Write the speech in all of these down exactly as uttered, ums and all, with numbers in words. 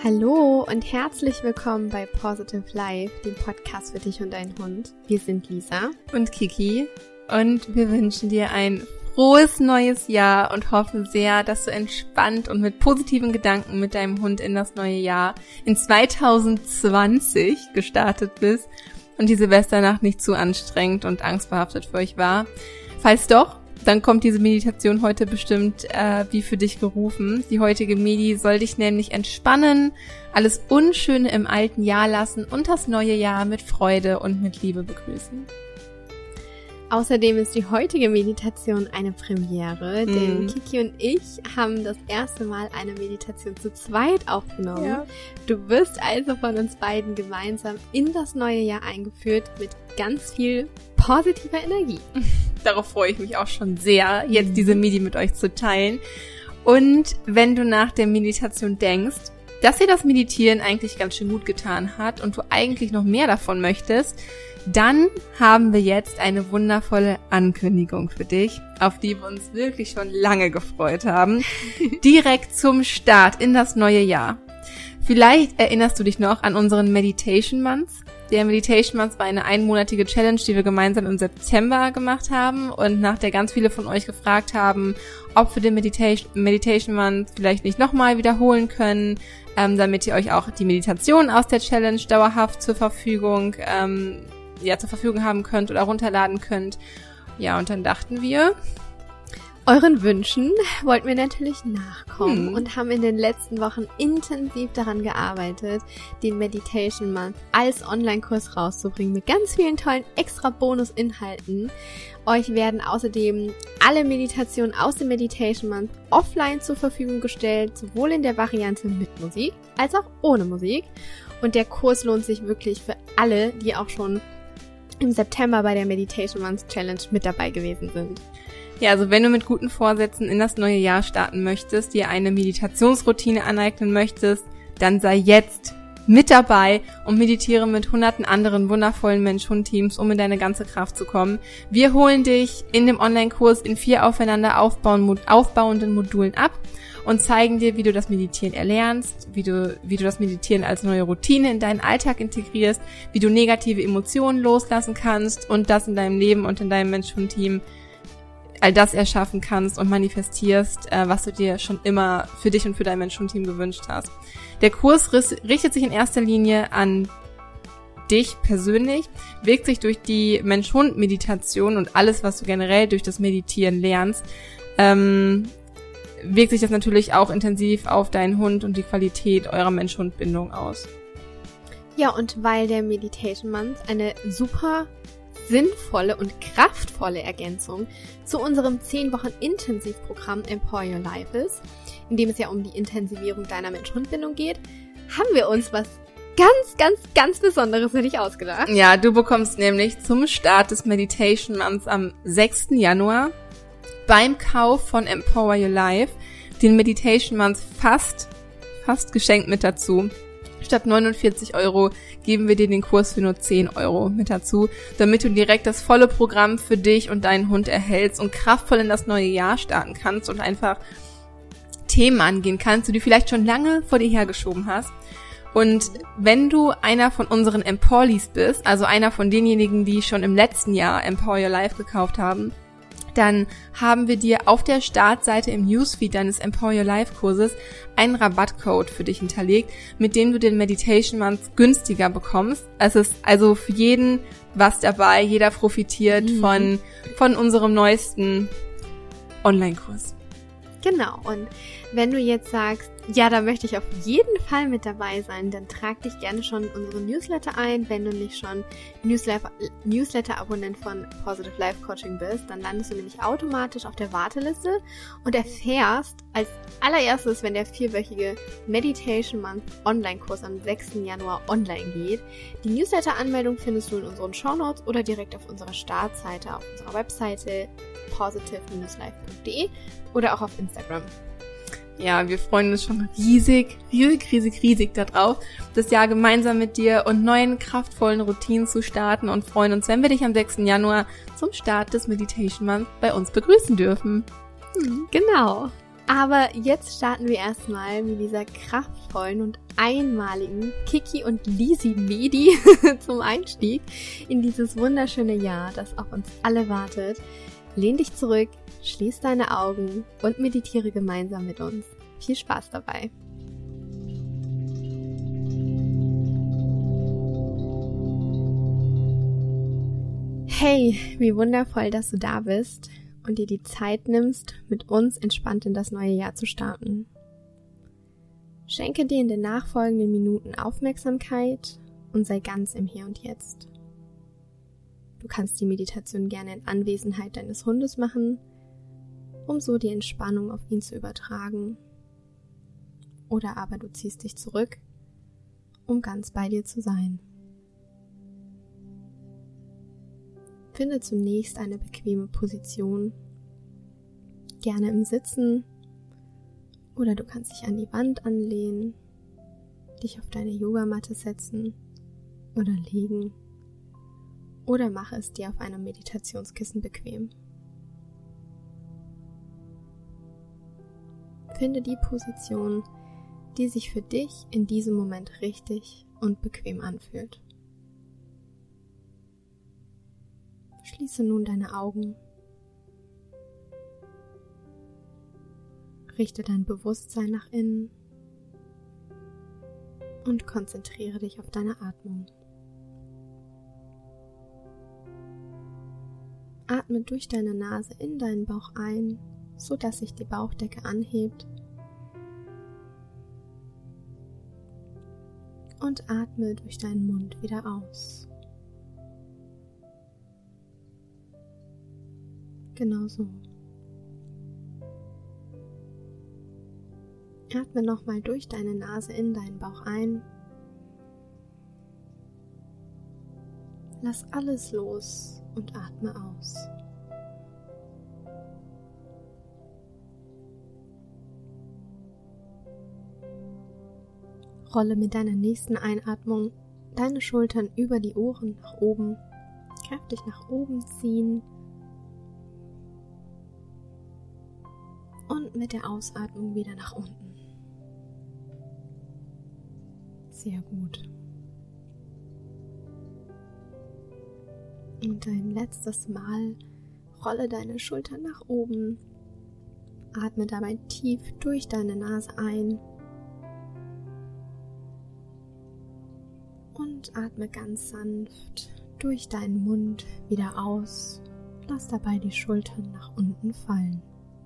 Hallo und herzlich willkommen bei Positive Life, dem Podcast für dich und deinen Hund. Wir sind Lisa und Kiki und wir wünschen dir ein frohes neues Jahr und hoffen sehr, dass du entspannt und mit positiven Gedanken mit deinem Hund in das neue Jahr in zwanzig zwanzig gestartet bist und die Silvesternacht nicht zu anstrengend und angstbehaftet für euch war. Falls doch, dann kommt diese Meditation heute bestimmt äh, wie für dich gerufen. Die heutige Medi soll dich nämlich entspannen, alles Unschöne im alten Jahr lassen und das neue Jahr mit Freude und mit Liebe begrüßen. Außerdem ist die heutige Meditation eine Premiere, mm. denn Kiki und ich haben das erste Mal eine Meditation zu zweit aufgenommen. Ja. Du wirst also von uns beiden gemeinsam in das neue Jahr eingeführt mit ganz viel positiver Energie. Darauf freue ich mich auch schon sehr, jetzt diese Medi mit euch zu teilen. Und wenn du nach der Meditation denkst, dass dir das Meditieren eigentlich ganz schön gut getan hat und du eigentlich noch mehr davon möchtest, dann haben wir jetzt eine wundervolle Ankündigung für dich, auf die wir uns wirklich schon lange gefreut haben. Direkt zum Start in das neue Jahr. Vielleicht erinnerst du dich noch an unseren Meditation Month. Der Meditation Month war eine einmonatige Challenge, die wir gemeinsam im September gemacht haben und nach der ganz viele von euch gefragt haben, ob wir den Meditation, Meditation Month vielleicht nicht nochmal wiederholen können, ähm, damit ihr euch auch die Meditation aus der Challenge dauerhaft zur Verfügung, ähm, ja, zur Verfügung haben könnt oder runterladen könnt. Ja, und dann dachten wir, euren Wünschen wollten wir natürlich nachkommen hm. und haben in den letzten Wochen intensiv daran gearbeitet, den Meditation Month als Online-Kurs rauszubringen mit ganz vielen tollen extra Bonusinhalten. Euch werden außerdem alle Meditationen aus dem Meditation Month offline zur Verfügung gestellt, sowohl in der Variante mit Musik als auch ohne Musik. Und der Kurs lohnt sich wirklich für alle, die auch schon im September bei der Meditation Month Challenge mit dabei gewesen sind. Ja, also wenn du mit guten Vorsätzen in das neue Jahr starten möchtest, dir eine Meditationsroutine aneignen möchtest, dann sei jetzt mit dabei und meditiere mit hunderten anderen wundervollen Mensch-Hund-Teams, um in deine ganze Kraft zu kommen. Wir holen dich in dem Online-Kurs in vier aufeinander aufbauen, aufbauenden Modulen ab und zeigen dir, wie du das Meditieren erlernst, wie du, wie du das Meditieren als neue Routine in deinen Alltag integrierst, wie du negative Emotionen loslassen kannst und das in deinem Leben und in deinem Mensch-Hund-Team all das erschaffen kannst und manifestierst, äh, was du dir schon immer für dich und für dein Mensch-Hund-Team gewünscht hast. Der Kurs riss, richtet sich in erster Linie an dich persönlich, wirkt sich durch die Mensch-Hund-Meditation und alles, was du generell durch das Meditieren lernst, ähm, wirkt sich das natürlich auch intensiv auf deinen Hund und die Qualität eurer Mensch-Hund-Bindung aus. Ja, und weil der Meditation Month eine super sinnvolle und kraftvolle Ergänzung zu unserem zehn Wochen Intensivprogramm Empower Your Life ist, in dem es ja um die Intensivierung deiner Mensch-Hund-Bindung geht, haben wir uns was ganz, ganz, ganz Besonderes für dich ausgedacht. Ja, du bekommst nämlich zum Start des Meditation Months am sechsten Januar beim Kauf von Empower Your Life den Meditation Month fast, fast geschenkt mit dazu. Statt neunundvierzig Euro geben wir dir den Kurs für nur zehn Euro mit dazu, damit du direkt das volle Programm für dich und deinen Hund erhältst und kraftvoll in das neue Jahr starten kannst und einfach Themen angehen kannst, die du vielleicht schon lange vor dir hergeschoben hast. Und wenn du einer von unseren Empowerlies bist, also einer von denjenigen, die schon im letzten Jahr Empower Your Life gekauft haben, dann haben wir dir auf der Startseite im Newsfeed deines Empower Your Life Kurses einen Rabattcode für dich hinterlegt, mit dem du den Meditation Month günstiger bekommst. Es ist also für jeden was dabei, jeder profitiert mhm. von, von unserem neuesten Online-Kurs. Genau, und wenn du jetzt sagst, ja, da möchte ich auf jeden Fall mit dabei sein, dann trag dich gerne schon in unseren Newsletter ein. Wenn du nicht schon Newsletter, Newsletter-Abonnent von Positive Life Coaching bist, dann landest du nämlich automatisch auf der Warteliste und erfährst als allererstes, wenn der vierwöchige Meditation Month Online-Kurs am sechsten Januar online geht. Die Newsletter-Anmeldung findest du in unseren Shownotes oder direkt auf unserer Startseite, auf unserer Webseite positive dash life punkt de oder auch auf Instagram. Ja, wir freuen uns schon riesig, riesig, riesig, riesig darauf, das Jahr gemeinsam mit dir und neuen, kraftvollen Routinen zu starten und freuen uns, wenn wir dich am sechsten Januar zum Start des Meditation Month bei uns begrüßen dürfen. Hm, genau. Aber jetzt starten wir erstmal mit dieser kraftvollen und einmaligen Kiki und Lisi Medi zum Einstieg in dieses wunderschöne Jahr, das auf uns alle wartet. Lehn dich zurück, schließ deine Augen und meditiere gemeinsam mit uns. Viel Spaß dabei! Hey, wie wundervoll, dass du da bist und dir die Zeit nimmst, mit uns entspannt in das neue Jahr zu starten. Schenke dir in den nachfolgenden Minuten Aufmerksamkeit und sei ganz im Hier und Jetzt. Du kannst die Meditation gerne in Anwesenheit deines Hundes machen, um so die Entspannung auf ihn zu übertragen. Oder aber du ziehst dich zurück, um ganz bei dir zu sein. Finde zunächst eine bequeme Position, gerne im Sitzen, oder du kannst dich an die Wand anlehnen, dich auf deine Yogamatte setzen oder legen, oder mache es dir auf einem Meditationskissen bequem. Finde die Position, die sich für dich in diesem Moment richtig und bequem anfühlt. Schließe nun deine Augen. Richte dein Bewusstsein nach innen und konzentriere dich auf deine Atmung. Atme durch deine Nase in deinen Bauch ein, sodass sich die Bauchdecke anhebt. Und atme durch deinen Mund wieder aus. Genau so. Atme nochmal durch deine Nase in deinen Bauch ein. Lass alles los und atme aus. Rolle mit deiner nächsten Einatmung deine Schultern über die Ohren nach oben, kräftig nach oben ziehen. Und mit der Ausatmung wieder nach unten. Sehr gut. Und ein letztes Mal rolle deine Schultern nach oben. Atme dabei tief durch deine Nase ein. Und atme ganz sanft durch deinen Mund wieder aus. Lass dabei die Schultern nach unten fallen.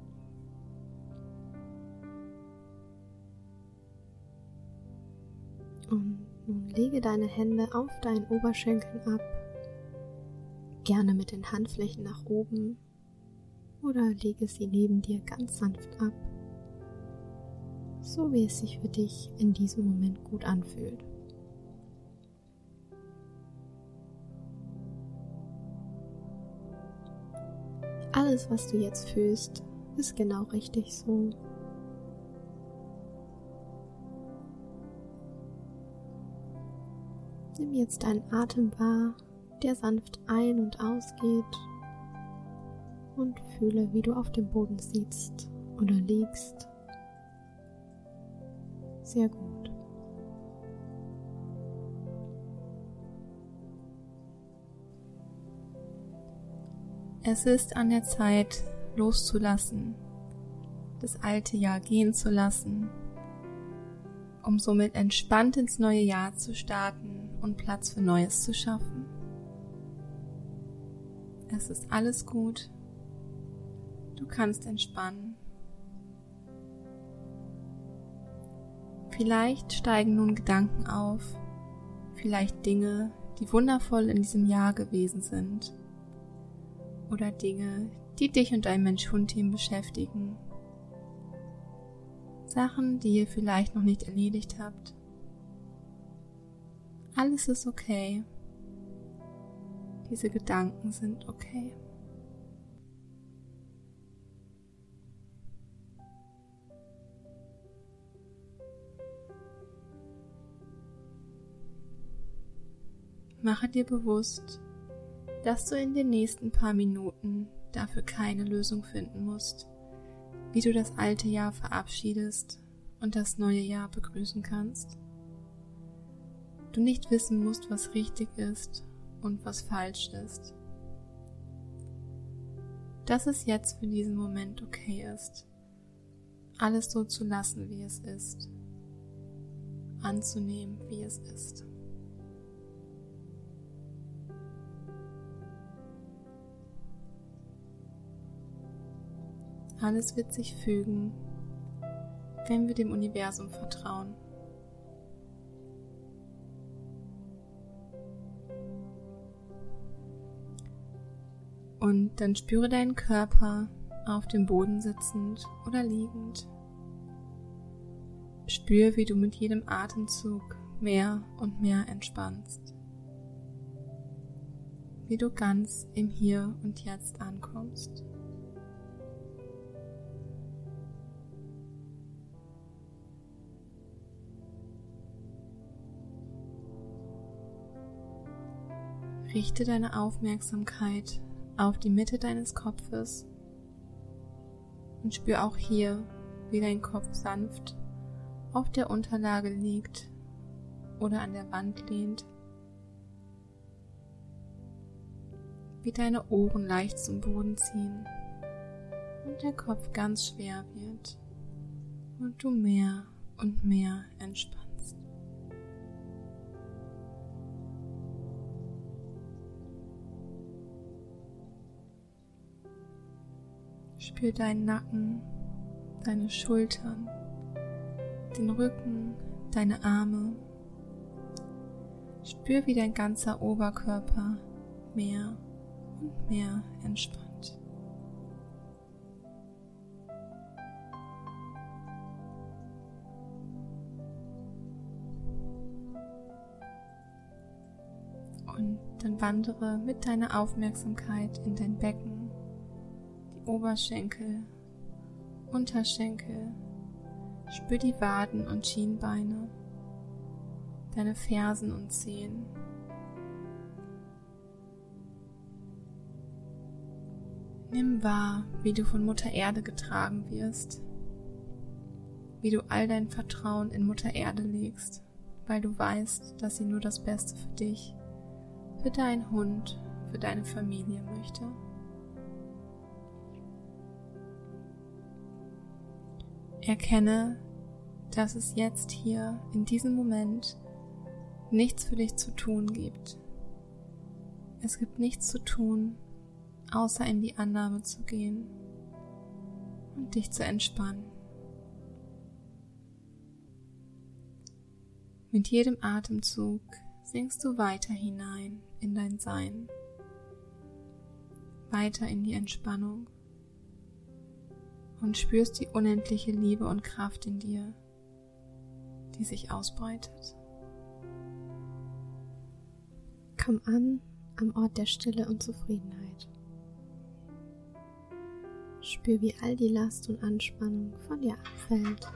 Und nun lege deine Hände auf deinen Oberschenkeln ab, gerne mit den Handflächen nach oben oder lege sie neben dir ganz sanft ab, so wie es sich für dich in diesem Moment gut anfühlt. Alles, was du jetzt fühlst, ist genau richtig so. Nimm jetzt deinen Atem wahr, der sanft ein- und ausgeht, und fühle, wie du auf dem Boden sitzt oder liegst. Sehr gut. Es ist an der Zeit, loszulassen, das alte Jahr gehen zu lassen, um somit entspannt ins neue Jahr zu starten und Platz für Neues zu schaffen. Es ist alles gut. Du kannst entspannen. Vielleicht steigen nun Gedanken auf, vielleicht Dinge, die wundervoll in diesem Jahr gewesen sind, oder Dinge, die dich und dein Mensch-Hund-Team beschäftigen. Sachen, die ihr vielleicht noch nicht erledigt habt. Alles ist okay. Diese Gedanken sind okay. Mache dir bewusst, dass du in den nächsten paar Minuten dafür keine Lösung finden musst, wie du das alte Jahr verabschiedest und das neue Jahr begrüßen kannst. Du nicht wissen musst, was richtig ist und was falsch ist. Dass es jetzt für diesen Moment okay ist, alles so zu lassen, wie es ist, anzunehmen, wie es ist. Alles wird sich fügen, wenn wir dem Universum vertrauen. Und dann spüre deinen Körper auf dem Boden sitzend oder liegend. Spür, wie du mit jedem Atemzug mehr und mehr entspannst. Wie du ganz im Hier und Jetzt ankommst. Richte deine Aufmerksamkeit auf die Mitte deines Kopfes und spür auch hier, wie dein Kopf sanft auf der Unterlage liegt oder an der Wand lehnt, wie deine Ohren leicht zum Boden ziehen und der Kopf ganz schwer wird und du mehr und mehr entspannst. Spür deinen Nacken, deine Schultern, den Rücken, deine Arme. Spür, wie dein ganzer Oberkörper mehr und mehr entspannt. Und dann wandere mit deiner Aufmerksamkeit in dein Becken, Oberschenkel, Unterschenkel, spür die Waden und Schienbeine, deine Fersen und Zehen. Nimm wahr, wie du von Mutter Erde getragen wirst, wie du all dein Vertrauen in Mutter Erde legst, weil du weißt, dass sie nur das Beste für dich, für deinen Hund, für deine Familie möchte. Erkenne, dass es jetzt hier, in diesem Moment, nichts für dich zu tun gibt. Es gibt nichts zu tun, außer in die Annahme zu gehen und dich zu entspannen. Mit jedem Atemzug sinkst du weiter hinein in dein Sein, weiter in die Entspannung. Und spürst die unendliche Liebe und Kraft in dir, die sich ausbreitet. Komm an am Ort der Stille und Zufriedenheit. Spür, wie all die Last und Anspannung von dir abfällt.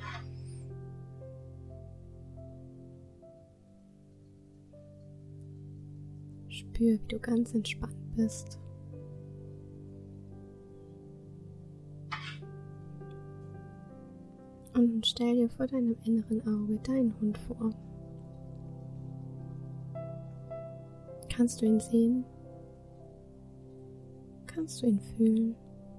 Spür, wie du ganz entspannt bist. Und stell dir vor deinem inneren Auge deinen Hund vor. Kannst du ihn sehen? Kannst du ihn fühlen?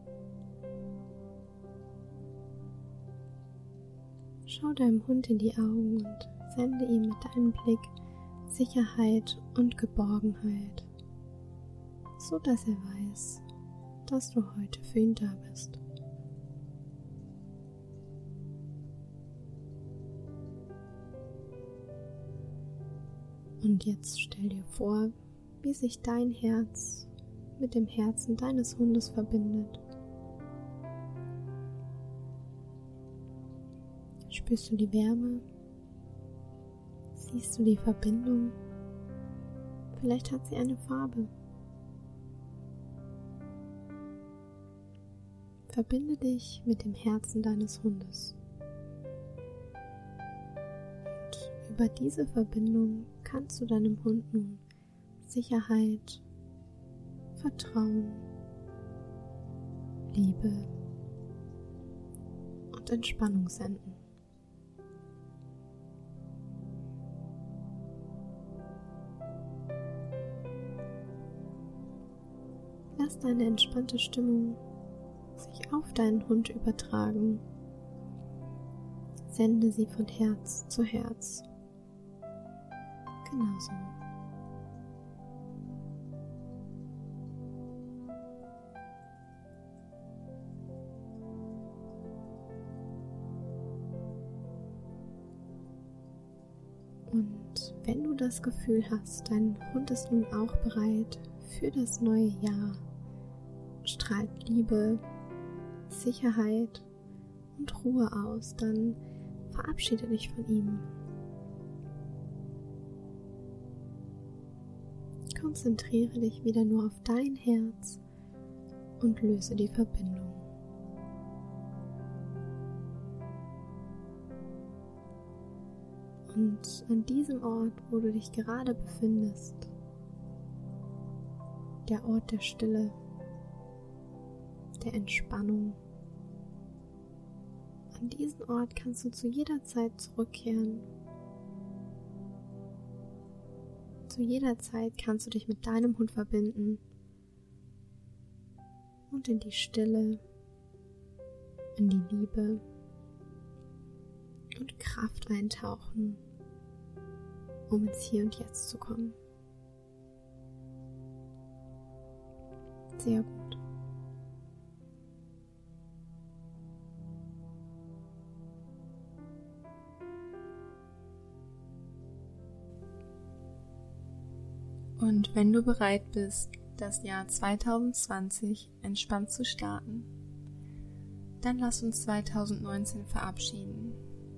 Schau deinem Hund in die Augen und sende ihm mit deinem Blick Sicherheit und Geborgenheit, so dass er weiß, dass du heute für ihn da bist. Und jetzt stell dir vor, wie sich dein Herz mit dem Herzen deines Hundes verbindet. Spürst du die Wärme? Siehst du die Verbindung? Vielleicht hat sie eine Farbe. Verbinde dich mit dem Herzen deines Hundes. Und über diese Verbindung kannst du deinem Hund nun Sicherheit, Vertrauen, Liebe und Entspannung senden. Lass deine entspannte Stimmung sich auf deinen Hund übertragen. Sende sie von Herz zu Herz. Genauso. Und wenn du das Gefühl hast, dein Hund ist nun auch bereit für das neue Jahr, strahlt Liebe, Sicherheit und Ruhe aus, dann verabschiede dich von ihm. Konzentriere dich wieder nur auf dein Herz und löse die Verbindung. Und an diesem Ort, wo du dich gerade befindest, der Ort der Stille, der Entspannung, an diesen Ort kannst du zu jeder Zeit zurückkehren. Zu jeder Zeit kannst du dich mit deinem Hund verbinden und in die Stille, in die Liebe und Kraft eintauchen, um ins Hier und Jetzt zu kommen. Sehr gut. Und wenn du bereit bist, das Jahr zwanzig zwanzig entspannt zu starten, dann lass uns zwanzig neunzehn verabschieden.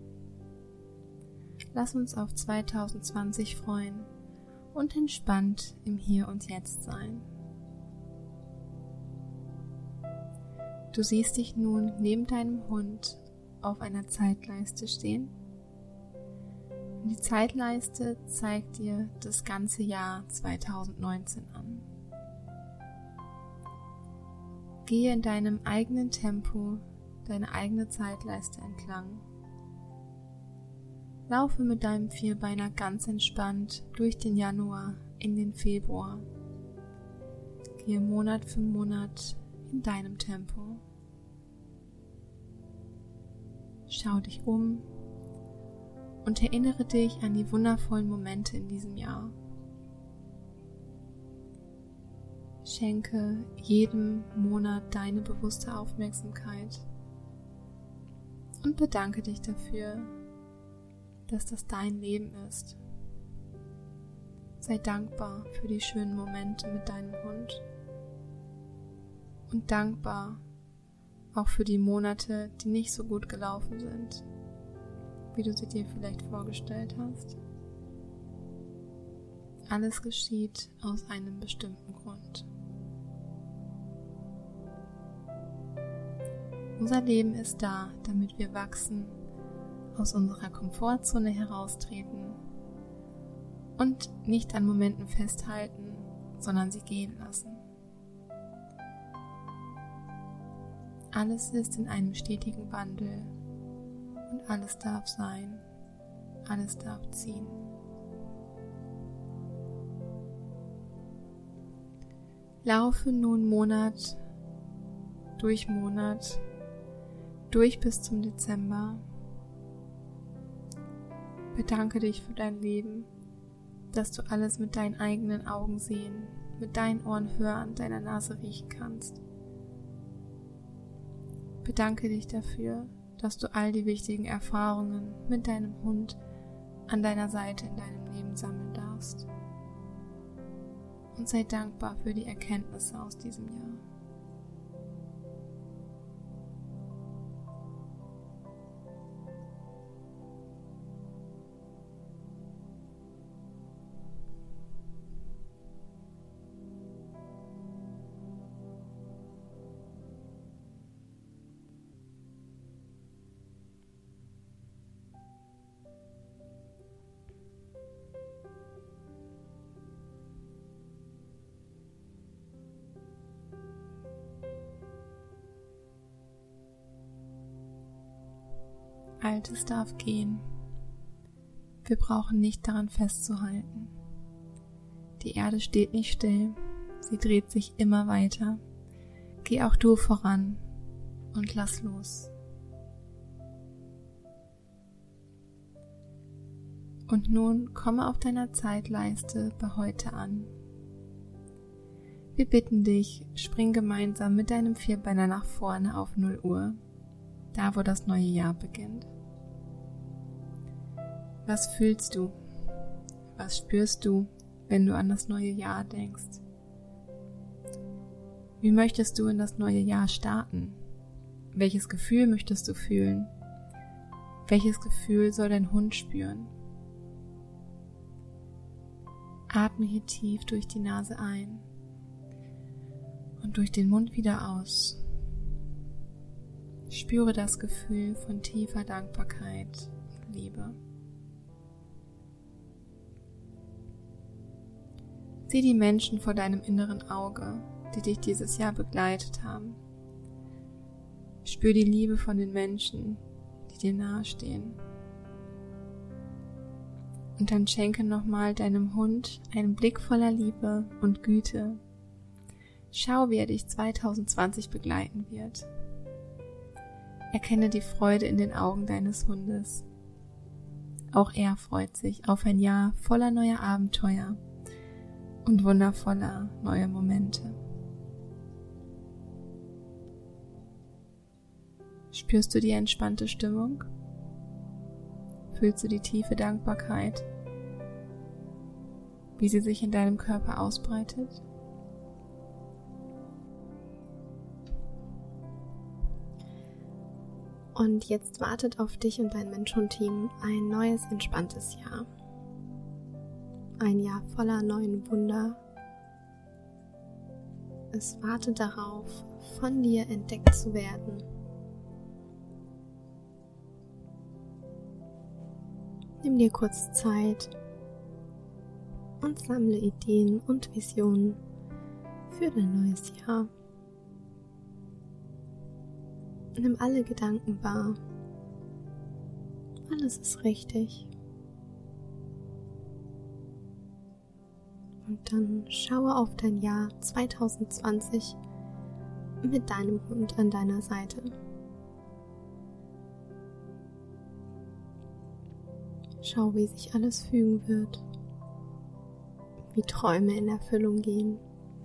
Lass uns auf zwanzig zwanzig freuen und entspannt im Hier und Jetzt sein. Du siehst dich nun neben deinem Hund auf einer Zeitleiste stehen. Die Zeitleiste zeigt dir das ganze Jahr zwanzig neunzehn an. Gehe in deinem eigenen Tempo deine eigene Zeitleiste entlang. Laufe mit deinem Vierbeiner ganz entspannt durch den Januar in den Februar. Gehe Monat für Monat in deinem Tempo. Schau dich um und erinnere dich an die wundervollen Momente in diesem Jahr. Schenke jedem Monat deine bewusste Aufmerksamkeit und bedanke dich dafür, dass das dein Leben ist. Sei dankbar für die schönen Momente mit deinem Hund und dankbar auch für die Monate, die nicht so gut gelaufen sind, wie du sie dir vielleicht vorgestellt hast. Alles geschieht aus einem bestimmten Grund. Unser Leben ist da, damit wir wachsen, aus unserer Komfortzone heraustreten und nicht an Momenten festhalten, sondern sie gehen lassen. Alles ist in einem stetigen Wandel und alles darf sein, alles darf ziehen. Laufe nun Monat durch Monat, durch bis zum Dezember. Bedanke dich für dein Leben, dass du alles mit deinen eigenen Augen sehen, mit deinen Ohren hören, deiner Nase riechen kannst. Bedanke dich dafür, dass du all die wichtigen Erfahrungen mit deinem Hund an deiner Seite in deinem Leben sammeln darfst. Und sei dankbar für die Erkenntnisse aus diesem Jahr. Altes darf gehen. Wir brauchen nicht daran festzuhalten. Die Erde steht nicht still, sie dreht sich immer weiter. Geh auch du voran und lass los. Und nun komme auf deiner Zeitleiste bei heute an. Wir bitten dich, spring gemeinsam mit deinem Vierbeiner nach vorne auf null Uhr, da wo das neue Jahr beginnt. Was fühlst du? Was spürst du, wenn du an das neue Jahr denkst? Wie möchtest du in das neue Jahr starten? Welches Gefühl möchtest du fühlen? Welches Gefühl soll dein Hund spüren? Atme hier tief durch die Nase ein und durch den Mund wieder aus. Spüre das Gefühl von tiefer Dankbarkeit und Liebe. Sieh die Menschen vor deinem inneren Auge, die dich dieses Jahr begleitet haben. Spür die Liebe von den Menschen, die dir nahestehen. Und dann schenke nochmal deinem Hund einen Blick voller Liebe und Güte. Schau, wie er dich zwanzig zwanzig begleiten wird. Erkenne die Freude in den Augen deines Hundes. Auch er freut sich auf ein Jahr voller neuer Abenteuer und wundervoller neuer Momente. Spürst du die entspannte Stimmung? Fühlst du die tiefe Dankbarkeit, wie sie sich in deinem Körper ausbreitet? Und jetzt wartet auf dich und dein Mensch-Hund-Team ein neues, entspanntes Jahr. Ein Jahr voller neuen Wunder. Es wartet darauf, von dir entdeckt zu werden. Nimm dir kurz Zeit und sammle Ideen und Visionen für dein neues Jahr. Nimm alle Gedanken wahr. Alles ist richtig. Und dann schaue auf dein Jahr zwanzig zwanzig mit deinem Hund an deiner Seite. Schau, wie sich alles fügen wird, wie Träume in Erfüllung gehen.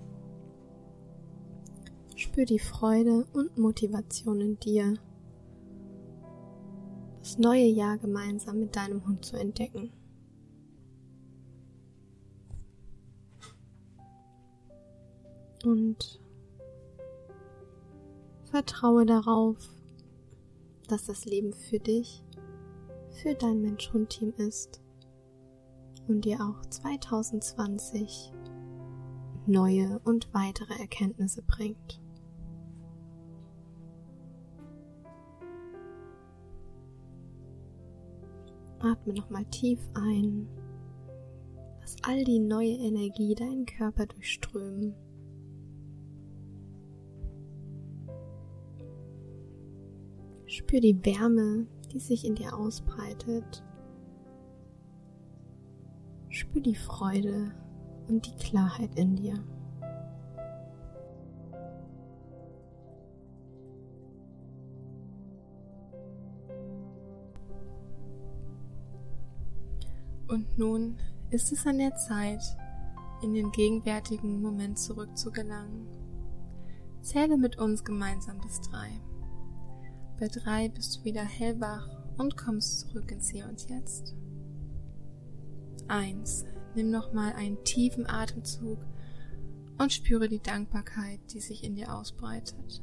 Spür die Freude und Motivation in dir, das neue Jahr gemeinsam mit deinem Hund zu entdecken. Und vertraue darauf, dass das Leben für dich, für dein Mensch-Hund-Team ist und dir auch zwanzig zwanzig neue und weitere Erkenntnisse bringt. Atme nochmal tief ein, lass all die neue Energie deinen Körper durchströmen. Spür die Wärme, die sich in dir ausbreitet. Spür die Freude und die Klarheit in dir. Und nun ist es an der Zeit, in den gegenwärtigen Moment zurückzugelangen. Zähle mit uns gemeinsam bis drei. Bei drei bist du wieder hellwach und kommst zurück ins Hier und Jetzt. Eins. Nimm nochmal einen tiefen Atemzug und spüre die Dankbarkeit, die sich in dir ausbreitet.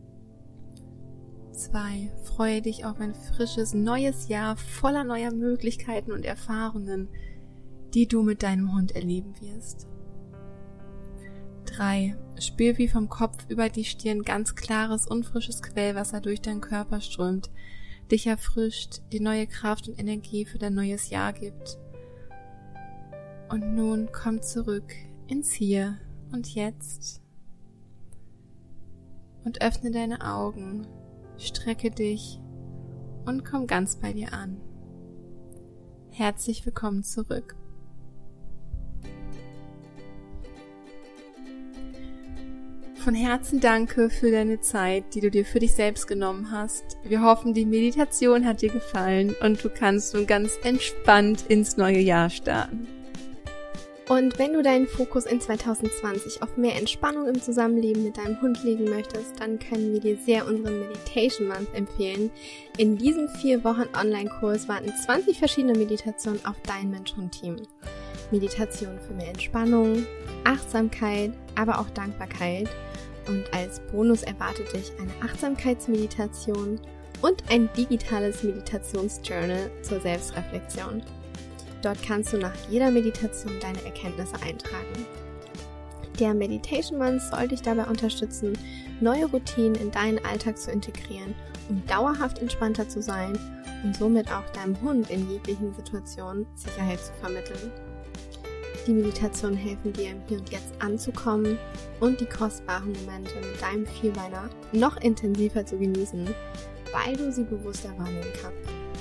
Zwei. Freue dich auf ein frisches, neues Jahr voller neuer Möglichkeiten und Erfahrungen, die du mit deinem Hund erleben wirst. Drei. Spür, wie vom Kopf über die Stirn ganz klares, unfrisches Quellwasser durch deinen Körper strömt, dich erfrischt, dir neue Kraft und Energie für dein neues Jahr gibt. Und nun komm zurück ins Hier und Jetzt und öffne deine Augen, strecke dich und komm ganz bei dir an. Herzlich willkommen zurück. Von Herzen danke für deine Zeit, die du dir für dich selbst genommen hast. Wir hoffen, die Meditation hat dir gefallen und du kannst nun ganz entspannt ins neue Jahr starten. Und wenn du deinen Fokus in zwanzig zwanzig auf mehr Entspannung im Zusammenleben mit deinem Hund legen möchtest, dann können wir dir sehr unseren Meditation Month empfehlen. In diesem vier Wochen Online-Kurs warten zwanzig verschiedene Meditationen auf dein Mensch-Hund-Team. Meditation für mehr Entspannung, Achtsamkeit, aber auch Dankbarkeit. Und als Bonus erwartet dich eine Achtsamkeitsmeditation und ein digitales Meditationsjournal zur Selbstreflexion. Dort kannst du nach jeder Meditation deine Erkenntnisse eintragen. Der Meditation Month soll dich dabei unterstützen, neue Routinen in deinen Alltag zu integrieren, um dauerhaft entspannter zu sein und somit auch deinem Hund in jeglichen Situationen Sicherheit zu vermitteln. Die Meditationen helfen dir, im Hier und Jetzt anzukommen und die kostbaren Momente mit deinem Vierbeiner noch intensiver zu genießen, weil du sie bewusster wahrnehmen kannst.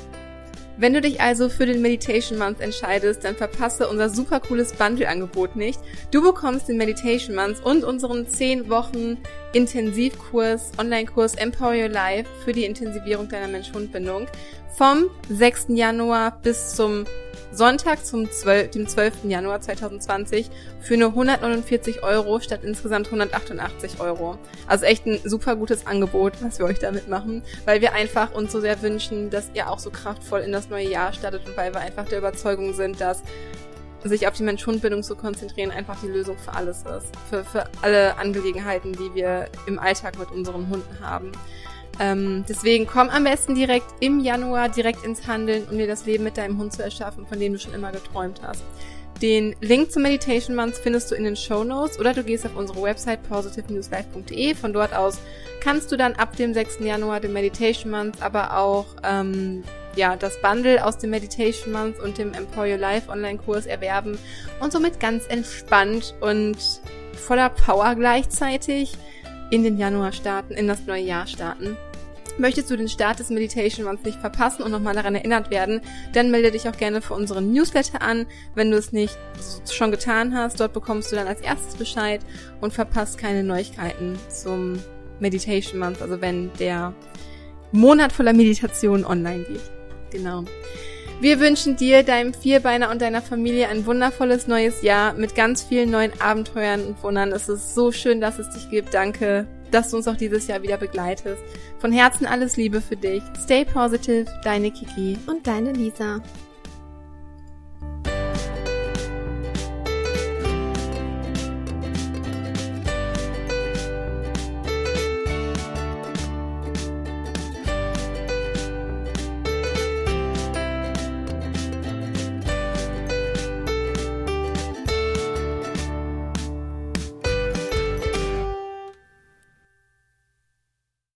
Wenn du dich also für den Meditation Month entscheidest, dann verpasse unser super cooles Bundle-Angebot nicht. Du bekommst den Meditation Month und unseren zehn Wochen Intensivkurs, Online-Kurs Empower Your Life für die Intensivierung deiner Mensch-Hund-Bindung vom sechsten Januar bis zum Sonntag, zum dem zwölften Januar zweitausendzwanzig für nur hundertneunundvierzig Euro statt insgesamt hundertachtundachtzig Euro. Also echt ein super gutes Angebot, was wir euch damit machen, weil wir einfach uns so sehr wünschen, dass ihr auch so kraftvoll in das neue Jahr startet und weil wir einfach der Überzeugung sind, dass sich auf die Mensch-Hund-Bindung zu konzentrieren einfach die Lösung für alles ist. Für, für alle Angelegenheiten, die wir im Alltag mit unseren Hunden haben. Ähm, deswegen komm am besten direkt im Januar direkt ins Handeln, um dir das Leben mit deinem Hund zu erschaffen, von dem du schon immer geträumt hast. Den Link zum Meditation Month findest du in den Shownotes oder du gehst auf unsere Website positive dash life punkt de. Von dort aus kannst du dann ab dem sechsten Januar den Meditation Month, aber auch ähm, ja das Bundle aus dem Meditation Month und dem Empower Your Life Online-Kurs erwerben und somit ganz entspannt und voller Power gleichzeitig in den Januar starten, in das neue Jahr starten. Möchtest du den Start des Meditation Months nicht verpassen und nochmal daran erinnert werden, dann melde dich auch gerne für unseren Newsletter an, wenn du es nicht schon getan hast. Dort bekommst du dann als erstes Bescheid und verpasst keine Neuigkeiten zum Meditation Month, also wenn der Monat voller Meditation online geht. Genau. Wir wünschen dir, deinem Vierbeiner und deiner Familie ein wundervolles neues Jahr mit ganz vielen neuen Abenteuern und Wundern. Es ist so schön, dass es dich gibt. Danke, dass du uns auch dieses Jahr wieder begleitest. Von Herzen alles Liebe für dich. Stay positive, deine Kiki und deine Lisa.